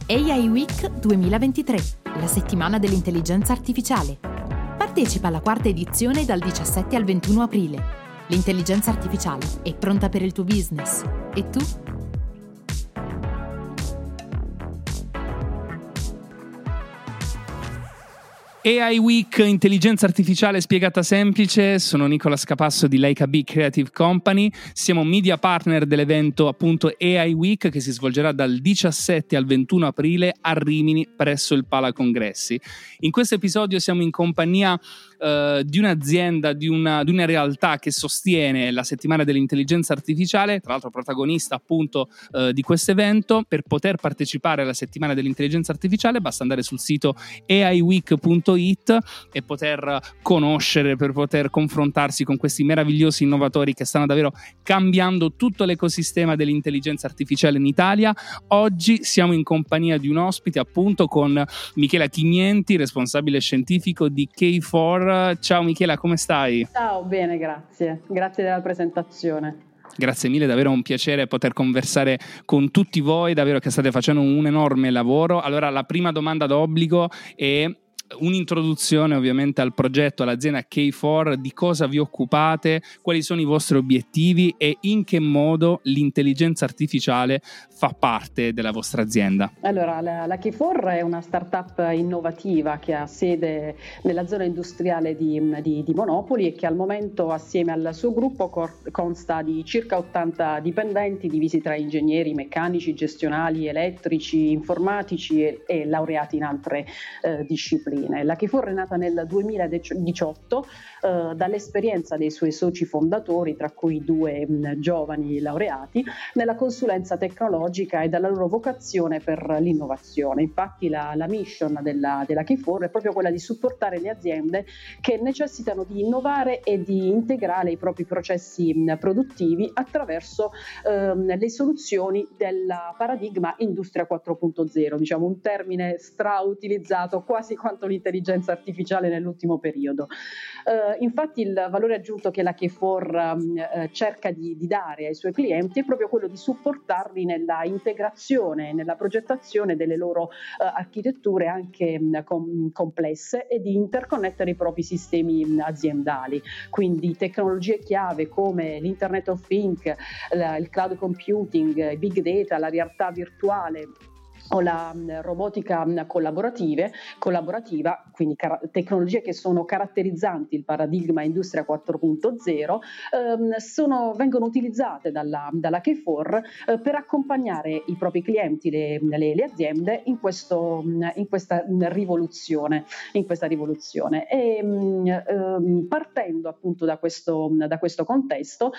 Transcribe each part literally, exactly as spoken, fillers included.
A I Week duemilaventitré, la settimana dell'intelligenza artificiale. Partecipa alla quarta edizione dal diciassette al ventuno aprile. L'intelligenza artificiale è pronta per il tuo business. E tu? A I Week, intelligenza artificiale spiegata semplice. Sono Nicola Scapasso di Leica B Creative Company. Siamo media partner dell'evento appunto A I Week, che si svolgerà dal diciassette al ventuno aprile a Rimini presso il Pala Congressi. In questo episodio siamo in compagnia Uh, di un'azienda, di una, di una realtà che sostiene la settimana dell'intelligenza artificiale, tra l'altro protagonista appunto uh, di questo evento. Per poter partecipare alla settimana dell'intelligenza artificiale basta andare sul sito a i week punto it e poter conoscere, per poter confrontarsi con questi meravigliosi innovatori che stanno davvero cambiando tutto l'ecosistema dell'intelligenza artificiale in Italia. Oggi siamo in compagnia di un ospite appunto con Michela Chignienti, responsabile scientifico di K quattro. Ciao Michela, come stai? Ciao, bene, grazie. Grazie della presentazione. Grazie mille, davvero un piacere poter conversare con tutti voi, davvero che state facendo un enorme lavoro. Allora, la prima domanda d'obbligo è un'introduzione ovviamente al progetto, all'azienda K quattro, di cosa vi occupate, quali sono i vostri obiettivi e in che modo l'intelligenza artificiale fa parte della vostra azienda. Allora, la, la K quattro è una startup innovativa che ha sede nella zona industriale di, di, di Monopoli e che al momento assieme al suo gruppo cor- consta di circa ottanta dipendenti divisi tra ingegneri, meccanici, gestionali, elettrici, informatici e, e laureati in altre eh, discipline. La K quattro è nata nel duemiladiciotto eh, dall'esperienza dei suoi soci fondatori, tra cui due mh, giovani laureati, nella consulenza tecnologica e dalla loro vocazione per l'innovazione. Infatti la, la mission della, della K quattro è proprio quella di supportare le aziende che necessitano di innovare e di integrare i propri processi mh, produttivi attraverso ehm, le soluzioni del paradigma Industria quattro punto zero, diciamo un termine strautilizzato quasi quanto l'intelligenza artificiale nell'ultimo periodo. Uh, infatti il valore aggiunto che la K quattro um, uh, cerca di, di dare ai suoi clienti è proprio quello di supportarli nella integrazione, nella progettazione delle loro uh, architetture anche um, com- complesse e di interconnettere i propri sistemi um, aziendali. Quindi tecnologie chiave come l'Internet of Things, la, il cloud computing, il big data, la realtà virtuale o la um, robotica um, collaborative, collaborativa, quindi car- tecnologie che sono caratterizzanti il paradigma Industria quattro punto zero, um, sono, vengono utilizzate dalla, dalla K quattro uh, per accompagnare i propri clienti, le, le, le aziende in, questo, um, in questa rivoluzione, in questa rivoluzione. E um, partendo appunto da questo, da questo contesto,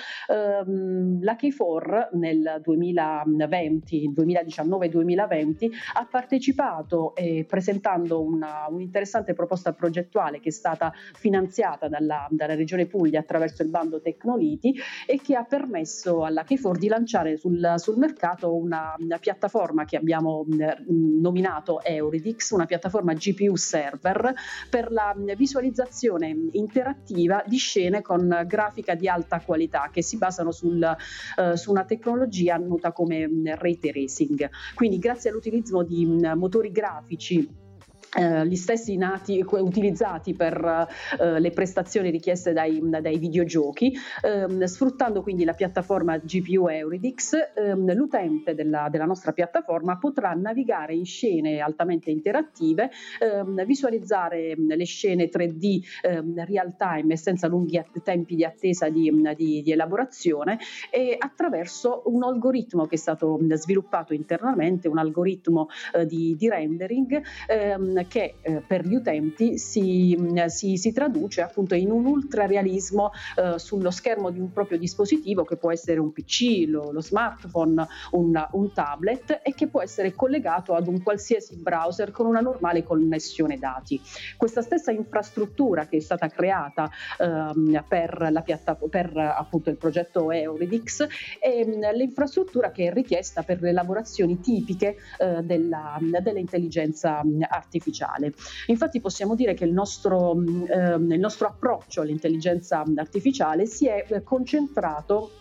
um, la K quattro nel duemilaventi, duemiladiciannove duemilaventi ha partecipato eh, presentando una, un'interessante proposta progettuale che è stata finanziata dalla, dalla Regione Puglia attraverso il bando Tecnoliti e che ha permesso alla K quattro di lanciare sul, sul mercato una, una piattaforma che abbiamo mh, nominato Euridix, una piattaforma G P U server per la visualizzazione interattiva di scene con grafica di alta qualità che si basano sul, uh, su una tecnologia nota come ray tracing. Quindi grazie all'utilizzo di motori grafici Uh, gli stessi nati, utilizzati per uh, le prestazioni richieste dai, dai videogiochi, um, sfruttando quindi la piattaforma G P U Euridix, um, l'utente della, della nostra piattaforma potrà navigare in scene altamente interattive, um, visualizzare le scene tre D um, real time senza lunghi att- tempi di attesa di, di, di elaborazione e attraverso un algoritmo che è stato sviluppato internamente, un algoritmo uh, di, di rendering um, che eh, per gli utenti si, si, si traduce appunto in un ultrarealismo eh, sullo schermo di un proprio dispositivo che può essere un P C, lo, lo smartphone, un, un tablet e che può essere collegato ad un qualsiasi browser con una normale connessione dati. Questa stessa infrastruttura che è stata creata ehm, per, la piatta, per appunto il progetto Euridix è l'infrastruttura che è richiesta per le elaborazioni tipiche eh, della, dell'intelligenza artificiale. Infatti possiamo dire che il nostro, eh, il nostro approccio all'intelligenza artificiale si è concentrato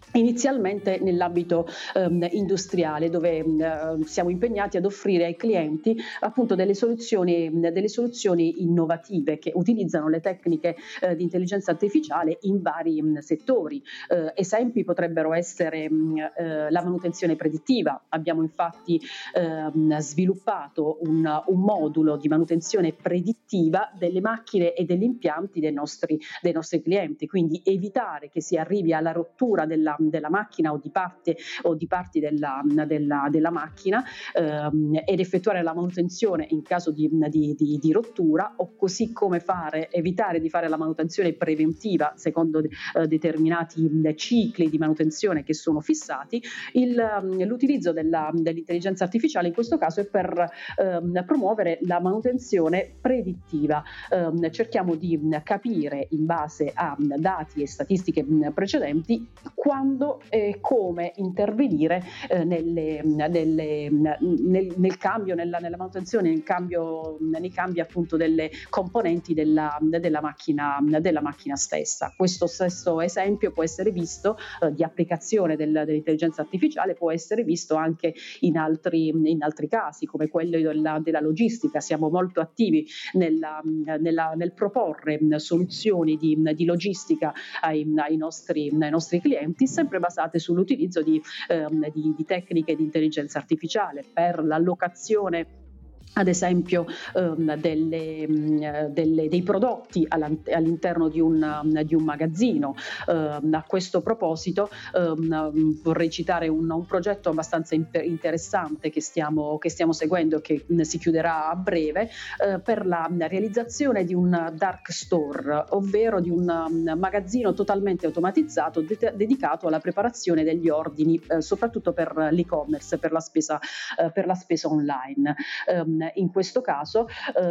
inizialmente nell'ambito ehm, industriale, dove eh, siamo impegnati ad offrire ai clienti appunto delle soluzioni, delle soluzioni innovative che utilizzano le tecniche eh, di intelligenza artificiale in vari mh, settori. Eh, esempi potrebbero essere mh, eh, la manutenzione predittiva. Abbiamo infatti ehm, sviluppato un, un modulo di manutenzione predittiva delle macchine e degli impianti dei nostri, dei nostri clienti, quindi evitare che si arrivi alla rottura della della macchina o di parte o di parti della, della, della macchina ehm, ed effettuare la manutenzione in caso di, di, di, di rottura, o così come fare evitare di fare la manutenzione preventiva secondo eh, determinati cicli di manutenzione che sono fissati. Il, l'utilizzo della, dell'intelligenza artificiale in questo caso è per ehm, promuovere la manutenzione predittiva. Ehm, cerchiamo di capire in base a dati e statistiche precedenti quando e come intervenire eh, nelle, nelle, nel, nel cambio, nella, nella manutenzione, nel cambio, nei cambi appunto delle componenti della, della, macchina, della macchina stessa. Questo stesso esempio può essere visto eh, di applicazione del, dell'intelligenza artificiale, può essere visto anche in altri, in altri casi, come quello della, della logistica. Siamo molto attivi nella, nella, nel proporre soluzioni di, di logistica ai, ai, nostri, ai nostri clienti, sempre basate sull'utilizzo di, ehm, di, di tecniche di intelligenza artificiale per l'allocazione ad esempio ehm, delle, mh, delle, dei prodotti all'interno di un, di un magazzino. Ehm, a questo proposito ehm, vorrei citare un, un progetto abbastanza imper- interessante che stiamo, che stiamo seguendo, che mh, si chiuderà a breve, eh, per la realizzazione di un dark store, ovvero di un um, magazzino totalmente automatizzato de- dedicato alla preparazione degli ordini, eh, soprattutto per l'e-commerce, per la spesa, eh, per la spesa online. Um, In questo caso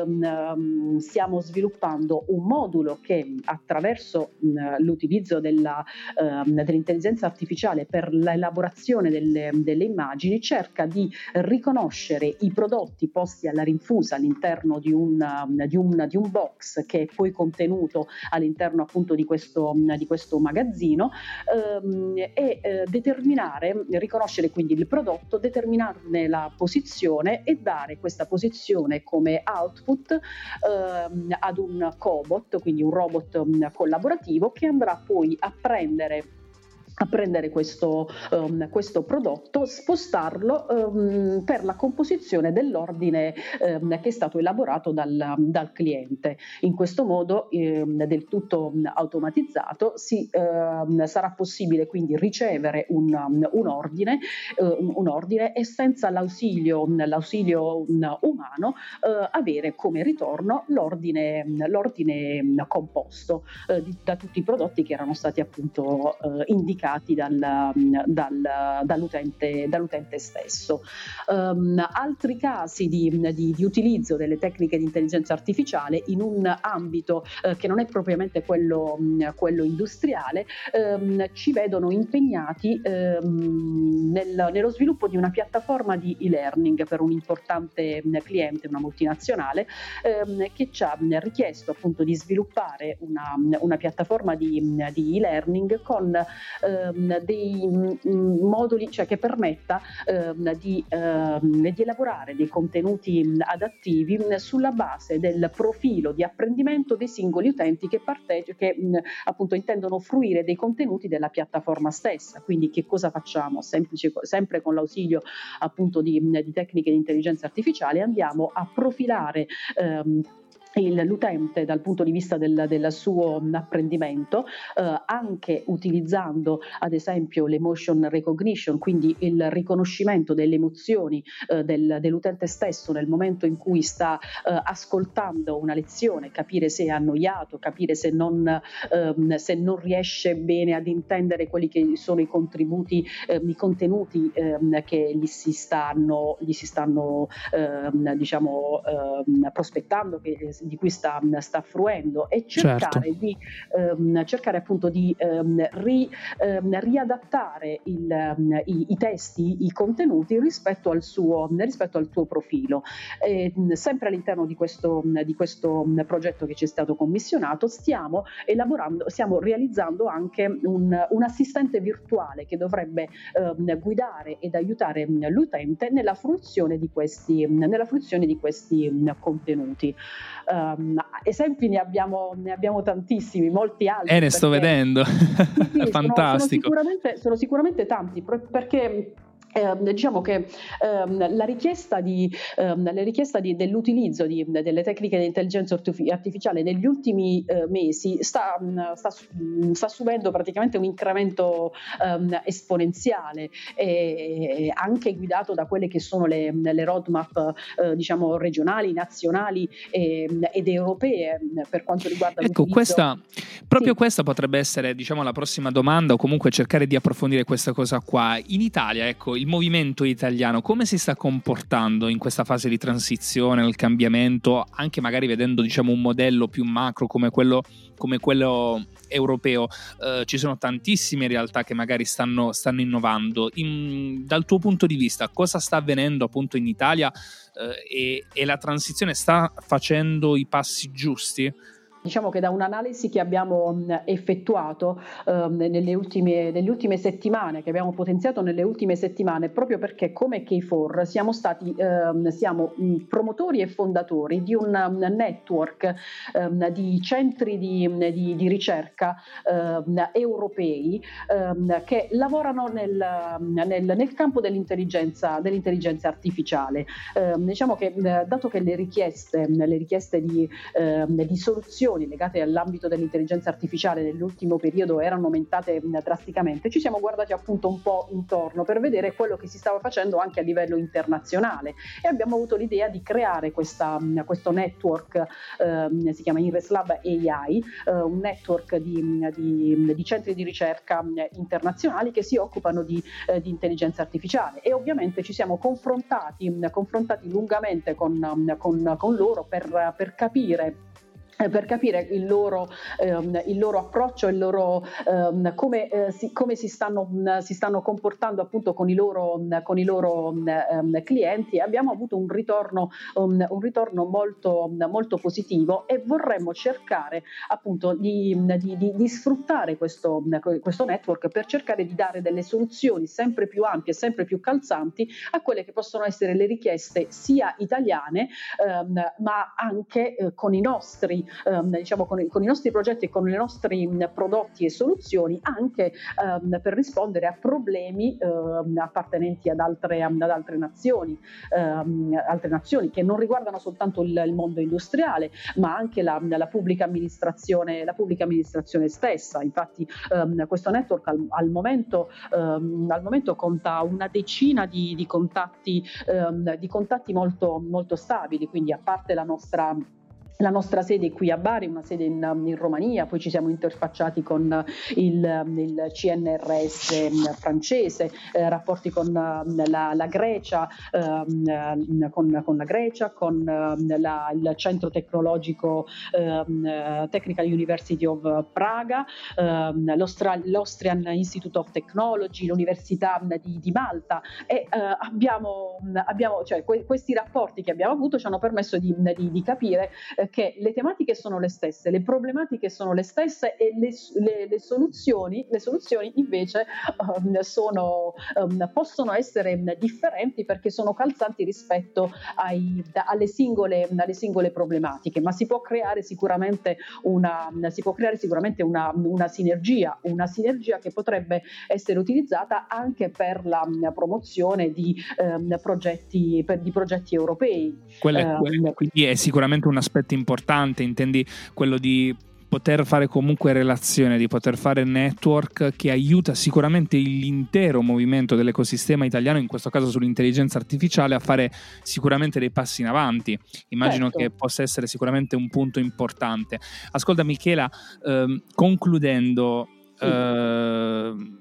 um, stiamo sviluppando un modulo che attraverso um, l'utilizzo della, um, dell'intelligenza artificiale per l'elaborazione delle, delle immagini cerca di riconoscere i prodotti posti alla rinfusa all'interno di un, um, di un, di un box che è poi contenuto all'interno appunto di questo, um, di questo magazzino um, e uh, determinare, riconoscere quindi il prodotto, determinarne la posizione e dare questa posizione come output ehm, ad un cobot, quindi un robot um, collaborativo che andrà poi a prendere a prendere questo, um, questo prodotto, spostarlo um, per la composizione dell'ordine um, che è stato elaborato dal, dal cliente. In questo modo, um, del tutto um, automatizzato, si, um, sarà possibile quindi ricevere un, um, un, ordine, uh, un ordine e senza l'ausilio, l'ausilio um, umano uh, avere come ritorno l'ordine, l'ordine um, composto uh, di, da tutti i prodotti che erano stati appunto uh, indicati Dal, dal, dall'utente, dall'utente stesso. Um, altri casi di, di, di utilizzo delle tecniche di intelligenza artificiale in un ambito uh, che non è propriamente quello, um, quello industriale um, ci vedono impegnati um, nel, nello sviluppo di una piattaforma di e-learning per un importante cliente, una multinazionale, um, che ci ha richiesto appunto di sviluppare una, una piattaforma di, di e-learning con uh, dei moduli, cioè che permetta ehm, di, ehm, di elaborare dei contenuti adattivi sulla base del profilo di apprendimento dei singoli utenti che, parteci- che mh, appunto intendono fruire dei contenuti della piattaforma stessa. Quindi che cosa facciamo? Semplice, sempre con l'ausilio appunto di, di tecniche di intelligenza artificiale andiamo a profilare ehm, Il, l'utente dal punto di vista del, del suo apprendimento, eh, anche utilizzando ad esempio l'emotion recognition, quindi il riconoscimento delle emozioni eh, del, dell'utente stesso nel momento in cui sta eh, ascoltando una lezione, capire se è annoiato, capire se non, ehm, se non riesce bene ad intendere quelli che sono i contributi, eh, i contenuti ehm, che gli si stanno, gli si stanno ehm, diciamo ehm, prospettando, che di cui sta, sta fruendo, e cercare Certo. di ehm, cercare appunto di ehm, ri, ehm, riadattare il, ehm, i, i testi, i contenuti rispetto al suo, rispetto al tuo profilo. E, mh, sempre all'interno di questo, di questo progetto che ci è stato commissionato, stiamo elaborando, stiamo realizzando anche un, un assistente virtuale che dovrebbe ehm, guidare ed aiutare l'utente nella fruizione di questi, nella fruizione di questi contenuti. Um, esempi ne abbiamo, ne abbiamo tantissimi, molti altri. Eh, ne sto perché, vedendo. sì, sì, sono, sono, sicuramente, sono sicuramente tanti, perché Eh, diciamo che ehm, la richiesta, di, ehm, la richiesta di, dell'utilizzo di, delle tecniche di intelligenza artificiale negli ultimi eh, mesi sta, sta, sta subendo praticamente un incremento ehm, esponenziale, e anche guidato da quelle che sono le, le roadmap eh, diciamo regionali, nazionali e, ed europee per quanto riguarda ecco, l'utilizzo. Questa, proprio sì. questa potrebbe essere, diciamo, la prossima domanda, o comunque cercare di approfondire questa cosa qua. In Italia, ecco, il movimento italiano come si sta comportando in questa fase di transizione, il cambiamento, anche magari vedendo, diciamo, un modello più macro come quello, come quello europeo? Eh, ci sono tantissime realtà che magari stanno, stanno innovando. In, dal tuo punto di vista, cosa sta avvenendo appunto in Italia, eh, e, e la transizione sta facendo i passi giusti? Diciamo che da un'analisi che abbiamo effettuato eh, nelle, ultime, nelle ultime settimane, che abbiamo potenziato nelle ultime settimane, proprio perché come K quattro siamo stati eh, siamo promotori e fondatori di un network eh, di centri di, di, di ricerca eh, europei eh, che lavorano nel, nel, nel campo dell'intelligenza, dell'intelligenza artificiale. Eh, diciamo che dato che le richieste, le richieste di, eh, di soluzioni legate all'ambito dell'intelligenza artificiale nell'ultimo periodo erano aumentate drasticamente, ci siamo guardati appunto un po' intorno per vedere quello che si stava facendo anche a livello internazionale, e abbiamo avuto l'idea di creare questa, questo network, eh, si chiama InvestLab A I, eh, un network di, di, di centri di ricerca internazionali che si occupano di, eh, di intelligenza artificiale, e ovviamente ci siamo confrontati, confrontati lungamente con, con, con loro per, per capire per capire il loro, ehm, il loro approccio, il loro, ehm, come, eh, si, come si, stanno, si stanno comportando appunto con i loro, con i loro ehm, clienti. Abbiamo avuto un ritorno, um, un ritorno molto, molto positivo, e vorremmo cercare appunto di, di, di, di sfruttare questo, questo network per cercare di dare delle soluzioni sempre più ampie, sempre più calzanti a quelle che possono essere le richieste sia italiane ehm, ma anche eh, con i nostri Um, diciamo con, con i nostri progetti e con i nostri um, prodotti e soluzioni, anche um, per rispondere a problemi um, appartenenti ad altre, um, ad altre nazioni, um, altre nazioni che non riguardano soltanto il, il mondo industriale, ma anche la, la pubblica amministrazione, la pubblica amministrazione stessa. Infatti um, questo network al, al, momento, um, al momento conta una decina di, di contatti, um, di contatti molto, molto stabili, quindi a parte la nostra La nostra sede qui a Bari, una sede in, in Romania, poi ci siamo interfacciati con il, il C N R S francese, eh, rapporti con la, la Grecia, eh, con, con la Grecia, con la, il centro tecnologico eh, Technical University of Praga, eh, l'Austrian Institute of Technology, l'Università di, di Malta, e eh, abbiamo, abbiamo cioè, que, questi rapporti che abbiamo avuto ci hanno permesso di, di, di capire eh, che le tematiche sono le stesse, le problematiche sono le stesse, e le, le, le soluzioni, le soluzioni invece um, sono, um, possono essere differenti perché sono calzanti rispetto ai, alle, singole, alle singole problematiche, ma si può creare sicuramente una, si può creare sicuramente una, una sinergia, una sinergia che potrebbe essere utilizzata anche per la promozione di, um, progetti, per, di progetti europei. Quello è, um, quindi è sicuramente un aspetto importante, intendi quello di poter fare comunque relazione, di poter fare network, che aiuta sicuramente l'intero movimento dell'ecosistema italiano, in questo caso sull'intelligenza artificiale, a fare sicuramente dei passi in avanti. Immagino certo. che possa essere sicuramente un punto importante. Ascolta Michela, ehm, concludendo, sì. eh,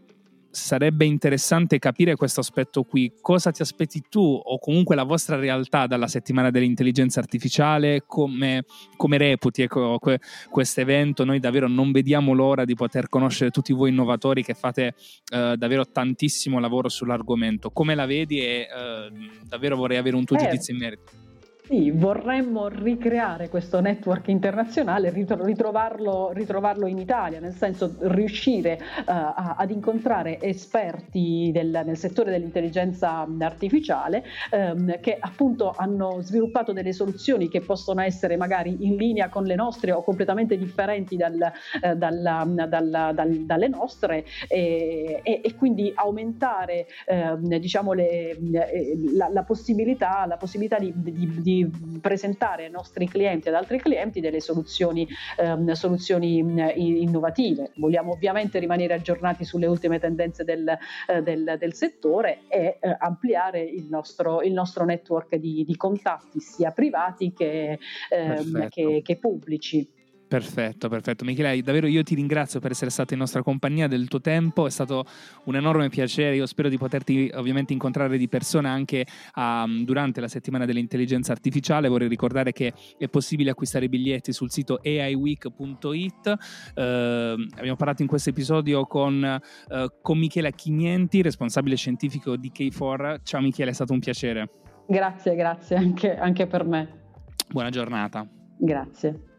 sarebbe interessante capire questo aspetto qui. Cosa ti aspetti tu o comunque la vostra realtà dalla settimana dell'intelligenza artificiale? Come, come reputi ecco, que, questo evento? Noi davvero non vediamo l'ora di poter conoscere tutti voi innovatori che fate eh, davvero tantissimo lavoro sull'argomento. Come la vedi? E eh, davvero vorrei avere un tuo eh. giudizio in merito. Sì, vorremmo ricreare questo network internazionale, ritrovarlo, ritrovarlo in Italia, nel senso riuscire uh, a, ad incontrare esperti del, nel settore dell'intelligenza artificiale um, che appunto hanno sviluppato delle soluzioni che possono essere magari in linea con le nostre o completamente differenti dal, uh, dalla, dalla, dal, dalle nostre e, e, e quindi aumentare uh, diciamo le, la, la possibilità, la possibilità di, di, di presentare ai nostri clienti, ad altri clienti, delle soluzioni, ehm, soluzioni innovative. Vogliamo ovviamente rimanere aggiornati sulle ultime tendenze del, eh, del, del settore e eh, ampliare il nostro, il nostro network di, di contatti sia privati che, ehm, che, che pubblici. Perfetto, perfetto. Michele, davvero io ti ringrazio per essere stato in nostra compagnia, del tuo tempo, è stato un enorme piacere. Io spero di poterti ovviamente incontrare di persona anche um, durante la settimana dell'intelligenza artificiale. Vorrei ricordare che è possibile acquistare i biglietti sul sito a i week punto it. Uh, abbiamo parlato in questo episodio con, uh, con Michele Chinienti, responsabile scientifico di K quattro. Ciao Michele, è stato un piacere. Grazie, grazie anche, anche per me. Buona giornata. Grazie.